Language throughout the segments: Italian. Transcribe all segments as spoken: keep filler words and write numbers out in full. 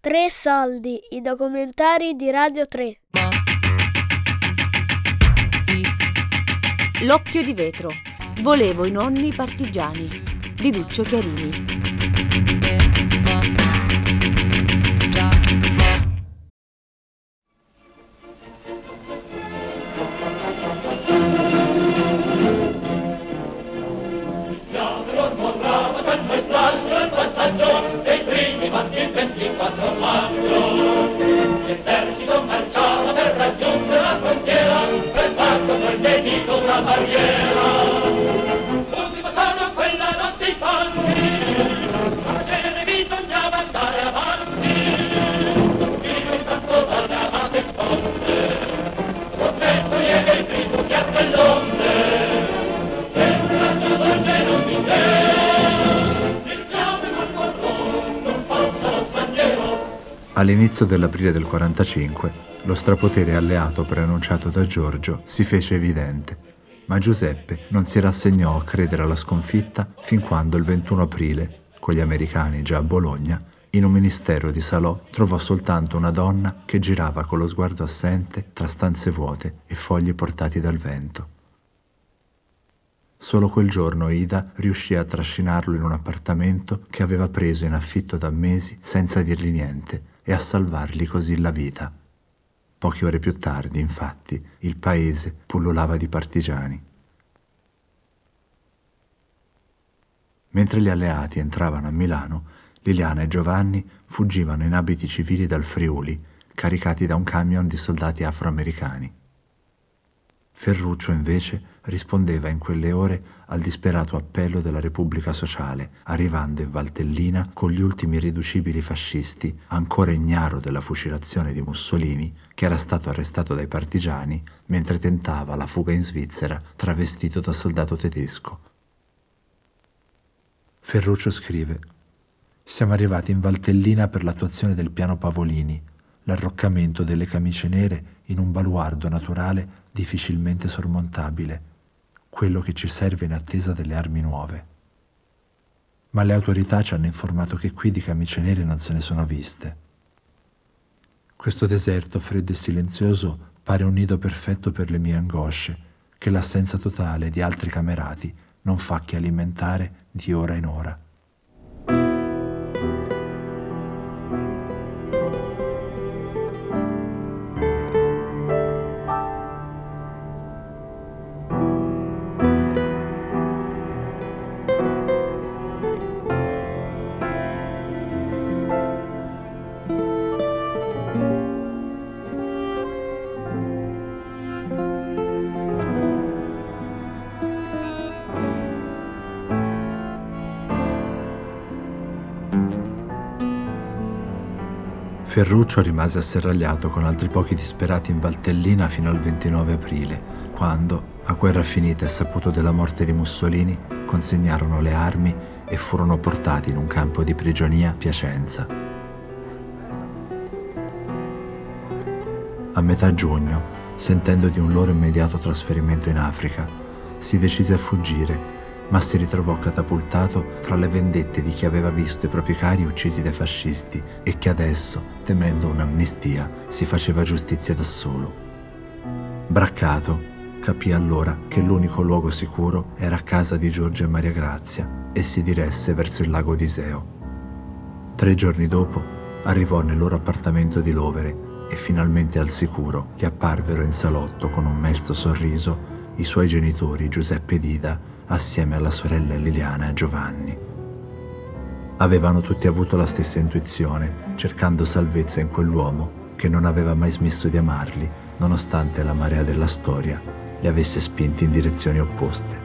Tre soldi, i documentari di Radio tre. L'occhio di vetro. Volevo i nonni partigiani di Duccio Chiarini. L'esercito marciava per raggiungere la frontiera, per farlo per nemico una barriera. Tutti passavano quella notte i fanti, ma ce ne bisognava andare avanti. Fino intanto dalle amate sponde, protetto lieve il grito che a quell'onde, sempre la tua dolce non mi il fiamme mormorò, non passa lo straniero. All'inizio dell'aprile del quarantacinque, lo strapotere alleato preannunciato da Giorgio si fece evidente, ma Giuseppe non si rassegnò a credere alla sconfitta fin quando il ventuno aprile, con gli americani già a Bologna, in un ministero di Salò trovò soltanto una donna che girava con lo sguardo assente tra stanze vuote e fogli portati dal vento. Solo quel giorno Ida riuscì a trascinarlo in un appartamento che aveva preso in affitto da mesi senza dirgli niente e a salvargli così la vita. Poche ore più tardi, infatti, il paese pullulava di partigiani. Mentre gli alleati entravano a Milano, Liliana e Giovanni fuggivano in abiti civili dal Friuli, caricati da un camion di soldati afroamericani. Ferruccio, invece, rispondeva in quelle ore al disperato appello della Repubblica Sociale, arrivando in Valtellina con gli ultimi irriducibili fascisti, ancora ignaro della fucilazione di Mussolini, che era stato arrestato dai partigiani mentre tentava la fuga in Svizzera travestito da soldato tedesco. Ferruccio scrive: «Siamo arrivati in Valtellina per l'attuazione del piano Pavolini, l'arroccamento delle camicie nere in un baluardo naturale difficilmente sormontabile, quello che ci serve in attesa delle armi nuove. Ma le autorità ci hanno informato che qui di camicie nere non se ne sono viste. Questo deserto freddo e silenzioso pare un nido perfetto per le mie angosce, che l'assenza totale di altri camerati non fa che alimentare di ora in ora». Ferruccio rimase asserragliato con altri pochi disperati in Valtellina fino al ventinove aprile, quando, a guerra finita e saputo della morte di Mussolini, consegnarono le armi e furono portati in un campo di prigionia a Piacenza. A metà giugno, sentendo di un loro immediato trasferimento in Africa, si decise a fuggire, ma si ritrovò catapultato tra le vendette di chi aveva visto i propri cari uccisi dai fascisti e che adesso, temendo un'amnistia, si faceva giustizia da solo. Braccato, capì allora che l'unico luogo sicuro era a casa di Giorgio e Maria Grazia e si diresse verso il lago d'Iseo. Tre giorni dopo arrivò nel loro appartamento di Lovere e finalmente al sicuro gli apparvero in salotto con un mesto sorriso i suoi genitori Giuseppe ed Ida assieme alla sorella Liliana e Giovanni. Avevano tutti avuto la stessa intuizione, cercando salvezza in quell'uomo che non aveva mai smesso di amarli, nonostante la marea della storia li avesse spinti in direzioni opposte.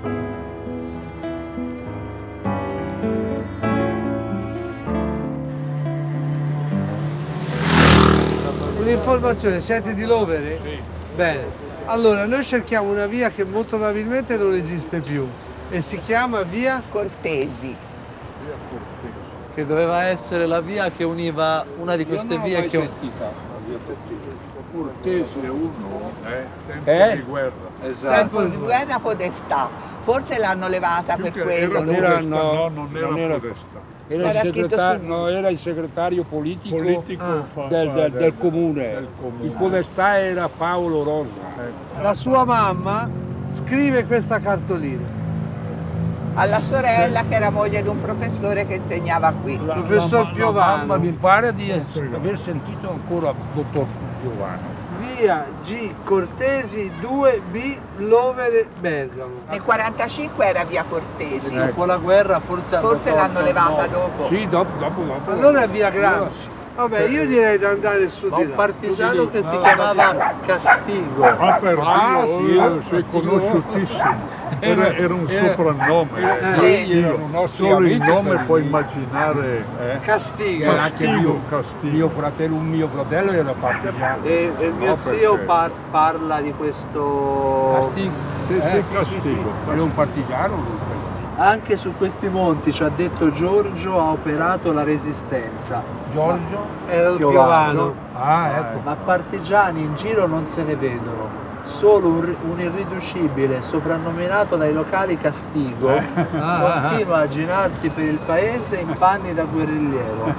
Un'informazione, siete di Lovere? Sì. Bene, allora noi cerchiamo una via che molto probabilmente non esiste più e si chiama via Cortesi. Via Cortesi. Che doveva essere la via che univa una di queste Io non vie l'ho che... mai sentita, la via Cortesi. Cortesi è uno, eh? Tempo Eh? di guerra. Esatto. Tempo di guerra podestà. Forse l'hanno levata Più per che quello. era Non era- podestà, no, no, non era non era- podestà. Era il, segretario, no, era il segretario politico, Politico Ah. fa- del, fa del- del del- comune. del comune. Il podestà era Paolo Rosa. Ecco. La sua mamma scrive questa cartolina. Alla sorella che era moglie di un professore che insegnava qui. La- Professor la ma- Piovano. Ma mi pare di aver sentito ancora dottor Piovano. Via G. Cortesi due B, Lovere, Bergamo. Nel quarantacinque era via Cortesi. Dopo la guerra forse hanno Forse l'hanno tolto il levata nome. dopo. Sì, dopo, dopo, dopo. Allora via Gramsci. Vabbè, io direi di andare su Ma di un là. partigiano che si Ah, chiamava Castigo. Ah, per Ah, Dio, sì, eh, ah, sei Castigo. conosciutissimo. Era, era un Era- soprannome. era- sì, sì, erano nostri Solo il amici nome per puoi dire. immaginare. Eh? Castigo. Era anche Castigo, mio, Castigo. mio fratello, un mio fratello era partigiano. E, e mio No, zio perché- par- parla di questo... Castigo. Sì, sì, Eh, Castigo. Era un partigiano lui. Anche su questi monti, ci ha detto Giorgio, ha operato la resistenza. Giorgio? Era il Piovano. Piovano. Ah, ecco. Ma partigiani in giro non se ne vedono. Solo un, ri- un irriducibile soprannominato dai locali Castigo continua a girarsi per il paese in panni da guerrigliero.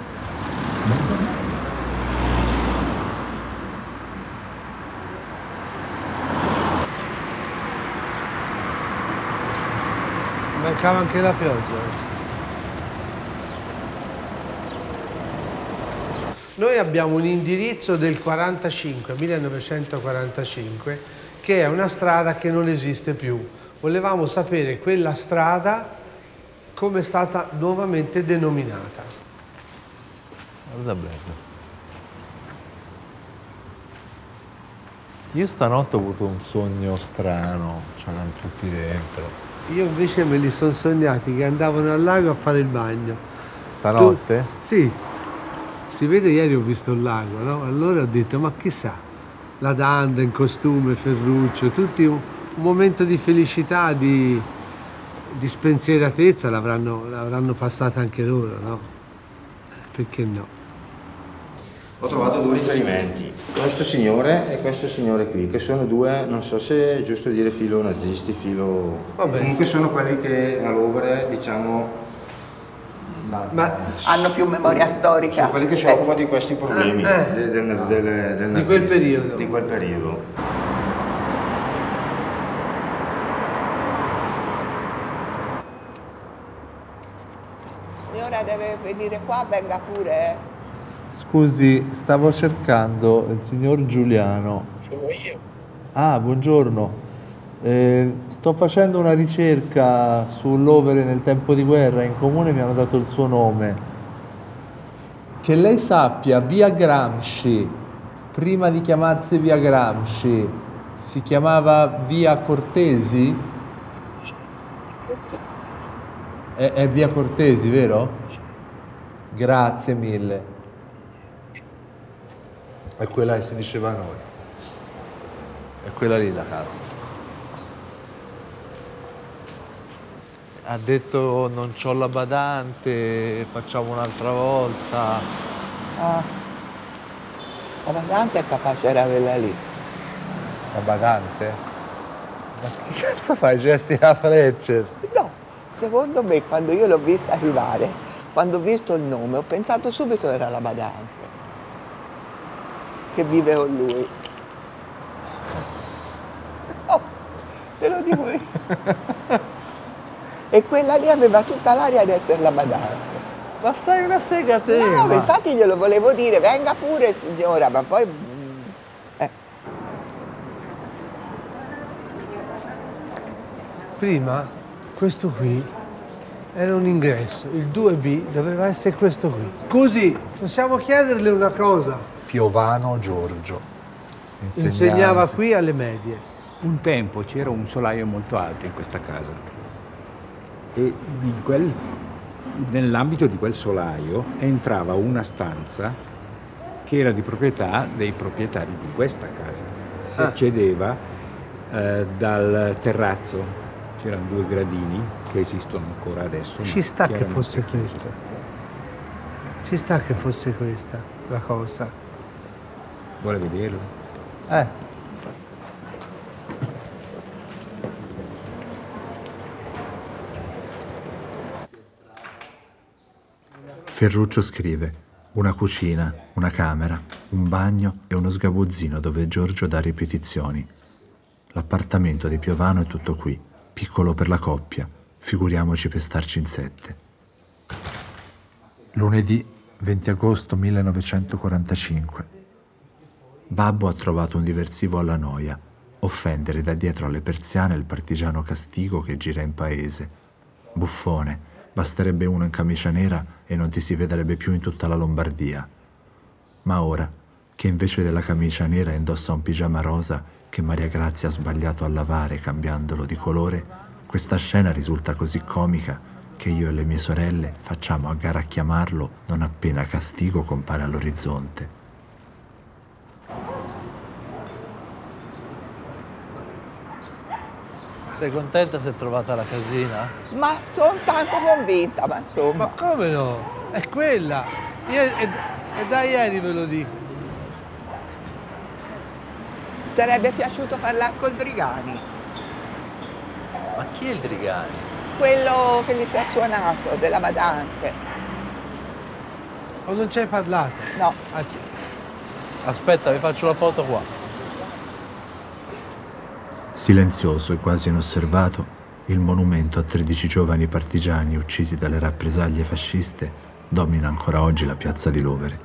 Mancava anche la pioggia. Noi abbiamo un indirizzo del quarantacinque, millenovecentoquarantacinque, che è una strada che non esiste più. Volevamo sapere quella strada come è stata nuovamente denominata. Guarda bello. Io stanotte ho avuto un sogno strano, c'erano tutti dentro. Io invece me li sono sognati che andavano al lago a fare il bagno. Stanotte? Tu- Sì. Si vede, ieri ho visto il lago, no? Allora ho detto, ma chissà, la Danda in costume, Ferruccio, tutti un, un momento di felicità, di, di spensieratezza l'avranno, l'avranno passata anche loro, no? Perché no? Ho trovato due riferimenti, questo signore e questo signore qui, che sono due, non so se è giusto dire filo nazisti, filo... Vabbè. Comunque sono quelli che a Lovere, diciamo, Ma Hanno più memoria storica. sono quelli che si Eh, occupano di questi problemi, Eh, eh. del- del- del- del Di quel periodo. Di quel periodo. Signora deve venire qua, venga pure. eh. Scusi, stavo cercando il signor Giuliano. Sono io. Ah, buongiorno. Eh, sto facendo una ricerca sull'Overe nel tempo di guerra, in comune mi hanno dato il suo nome. Che lei sappia, via Gramsci, prima di chiamarsi via Gramsci, si chiamava via Cortesi? È, è via Cortesi, vero? Grazie mille. È quella che si diceva a noi. È quella lì la casa. Ha detto non c'ho la badante, facciamo un'altra volta. Ah. La badante è capace era quella lì. La badante? Ma che cazzo fai, Jessica Fletcher? No, secondo me quando io l'ho vista arrivare, quando ho visto il nome, ho pensato subito era la badante. Che vive con lui. Oh, te lo dico io. E quella lì aveva tutta l'aria di essere la badante. Ma sei una sega te! No, ma- infatti glielo volevo dire, venga pure signora, ma poi... mm, eh. prima questo qui era un ingresso, il due B doveva essere questo qui. Così, possiamo chiederle una cosa? Piovano Giorgio. Insegnante. Insegnava qui alle medie. Un tempo c'era un solaio molto alto in questa casa e di quel- nell'ambito di quel solaio entrava una stanza che era di proprietà dei proprietari di questa casa. Si Ah. accedeva eh, dal terrazzo, c'erano due gradini che esistono ancora adesso. Ci ma sta che chiaramente fosse chiusi. questa. Ci sta che fosse questa la cosa. Vuole vederlo? Eh, Ferruccio scrive: una cucina, una camera, un bagno e uno sgabuzzino dove Giorgio dà ripetizioni. L'appartamento di Piovano è tutto qui, piccolo per la coppia, figuriamoci per starci in sette. Lunedì venti agosto millenovecentoquarantacinque. Babbo ha trovato un diversivo alla noia, offendere da dietro alle persiane il partigiano Castigo che gira in paese. Buffone, basterebbe uno in camicia nera e non ti si vedrebbe più in tutta la Lombardia. Ma ora, che invece della camicia nera indossa un pigiama rosa che Maria Grazia ha sbagliato a lavare cambiandolo di colore, questa scena risulta così comica che io e le mie sorelle facciamo a gara a chiamarlo non appena Castigo compare all'orizzonte. Sei contenta se è trovata la casina? Ma sono tanto convinta, ma insomma. Ma come no? È quella! Io, è, è da ieri ve lo dico. Sarebbe piaciuto parlare col Drigani. Ma chi è il Drigani? Quello che gli si è suonato, della badante. O non ci hai parlato? No. Aspetta, vi faccio la foto qua. Silenzioso e quasi inosservato, il monumento a tredici giovani partigiani uccisi dalle rappresaglie fasciste domina ancora oggi la piazza di Lovere.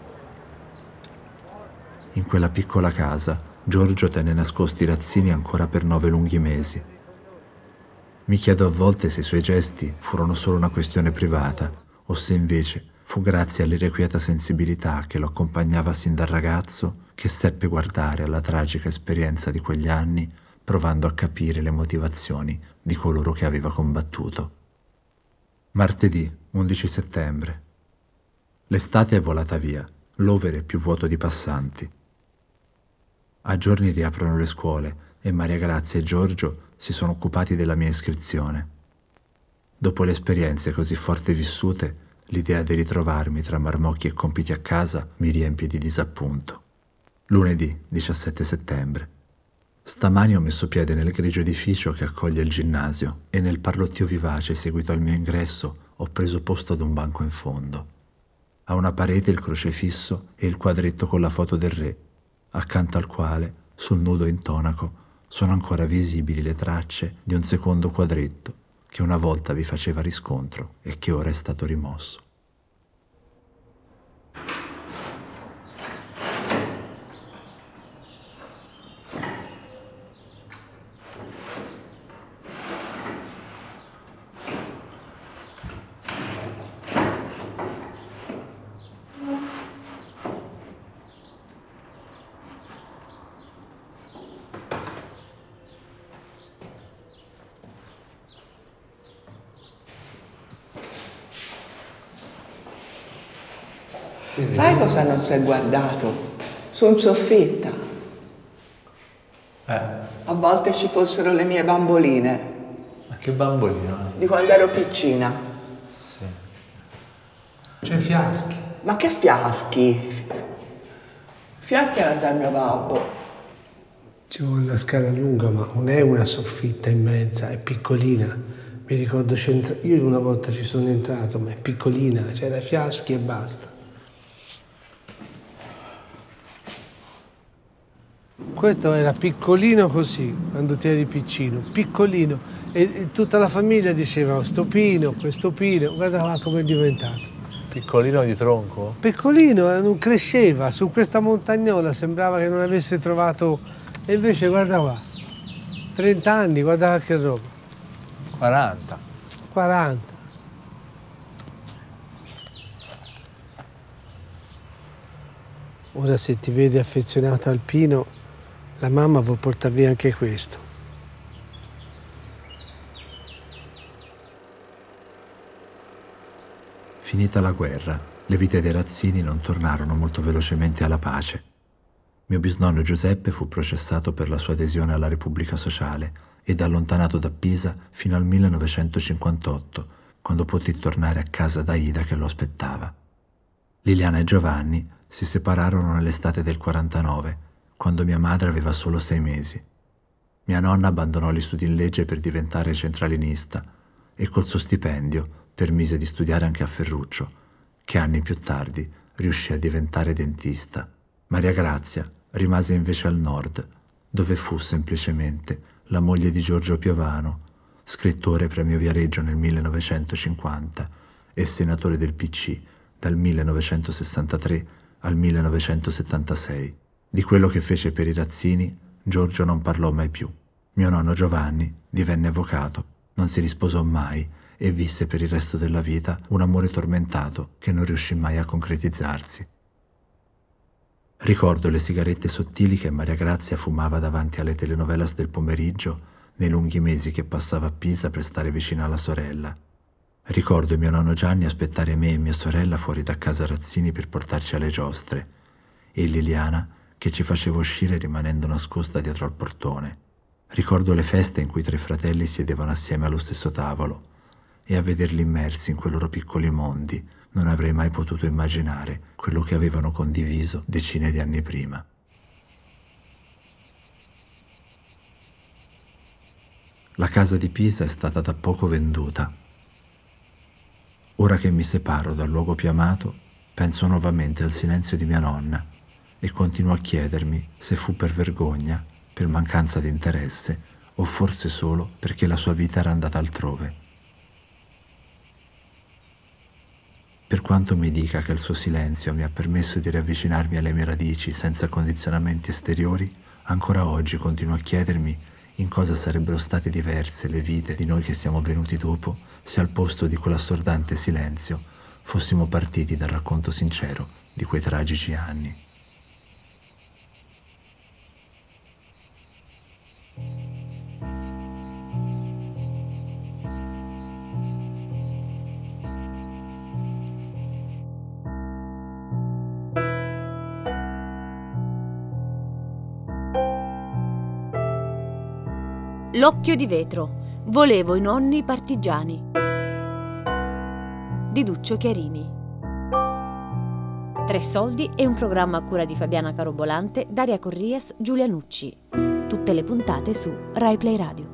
In quella piccola casa Giorgio tenne nascosti i razzini ancora per nove lunghi mesi. Mi chiedo a volte se i suoi gesti furono solo una questione privata o se invece fu grazie all'irrequieta sensibilità che lo accompagnava sin da ragazzo che seppe guardare alla tragica esperienza di quegli anni provando a capire le motivazioni di coloro che aveva combattuto. Martedì undici settembre. L'estate è volata via, Lovere è più vuoto di passanti. A giorni riaprono le scuole e Maria Grazia e Giorgio si sono occupati della mia iscrizione. Dopo le esperienze così forti vissute, l'idea di ritrovarmi tra marmocchi e compiti a casa mi riempie di disappunto. Lunedì diciassette settembre. Stamani ho messo piede nel grigio edificio che accoglie il ginnasio e nel parlottio vivace seguito al mio ingresso ho preso posto ad un banco in fondo. A una parete il crocefisso e il quadretto con la foto del re, accanto al quale, sul nudo intonaco, sono ancora visibili le tracce di un secondo quadretto che una volta vi faceva riscontro e che ora è stato rimosso. Sai cosa non si è guardato? Su in soffitta. Eh. A volte ci fossero le mie bamboline. Ma che bambolino? Di quando ero piccina. Sì. C'è Fiaschi. Ma che Fiaschi? Fiaschi era dal mio babbo. Ci vuole la scala lunga, ma non è una soffitta immensa, è piccolina. Mi ricordo, c'entra... io una volta ci sono entrato, ma è piccolina, c'era Fiaschi e basta. Questo era piccolino così, quando ti eri piccino, piccolino. E, e tutta la famiglia diceva, oh, sto Pino, questo Pino, guarda qua come è diventato. Piccolino di tronco? Piccolino, eh, non cresceva, su questa montagnola sembrava che non avesse trovato... E invece guarda qua, trenta anni, guarda che roba. quaranta. quaranta. Ora se ti vedi affezionata al pino, la mamma può portare via anche questo. Finita la guerra, le vite dei razzini non tornarono molto velocemente alla pace. Mio bisnonno Giuseppe fu processato per la sua adesione alla Repubblica Sociale ed allontanato da Pisa fino al millenovecentocinquantotto, quando poté tornare a casa da Ida che lo aspettava. Liliana e Giovanni si separarono nell'estate del quarantanove, quando mia madre aveva solo sei mesi. Mia nonna abbandonò gli studi in legge per diventare centralinista e col suo stipendio permise di studiare anche a Ferruccio, che anni più tardi riuscì a diventare dentista. Maria Grazia rimase invece al nord, dove fu semplicemente la moglie di Giorgio Piovano, scrittore premio Viareggio nel millenovecentocinquanta e senatore del P C dal millenovecentosessantatré al millenovecentosettantasei. Di quello che fece per i Razzini, Giorgio non parlò mai più. Mio nonno Giovanni divenne avvocato, non si risposò mai e visse per il resto della vita un amore tormentato che non riuscì mai a concretizzarsi. Ricordo le sigarette sottili che Maria Grazia fumava davanti alle telenovelas del pomeriggio nei lunghi mesi che passava a Pisa per stare vicino alla sorella. Ricordo mio nonno Gianni aspettare me e mia sorella fuori da casa Razzini per portarci alle giostre e Liliana che ci faceva uscire rimanendo nascosta dietro al portone. Ricordo le feste in cui i tre fratelli sedevano assieme allo stesso tavolo e a vederli immersi in quei loro piccoli mondi non avrei mai potuto immaginare quello che avevano condiviso decine di anni prima. La casa di Pisa è stata da poco venduta. Ora che mi separo dal luogo più amato, penso nuovamente al silenzio di mia nonna e continuo a chiedermi se fu per vergogna, per mancanza di interesse o forse solo perché la sua vita era andata altrove. Per quanto mi dica che il suo silenzio mi ha permesso di riavvicinarmi alle mie radici senza condizionamenti esteriori, ancora oggi continuo a chiedermi in cosa sarebbero state diverse le vite di noi che siamo venuti dopo se al posto di quell'assordante silenzio fossimo partiti dal racconto sincero di quei tragici anni. L'occhio di vetro. Volevo i nonni partigiani. Di Duccio Chiarini. Tre soldi è un programma a cura di Fabiana Carobolante, Daria Corrias, Giulia Nucci. Tutte le puntate su Rai Play Radio.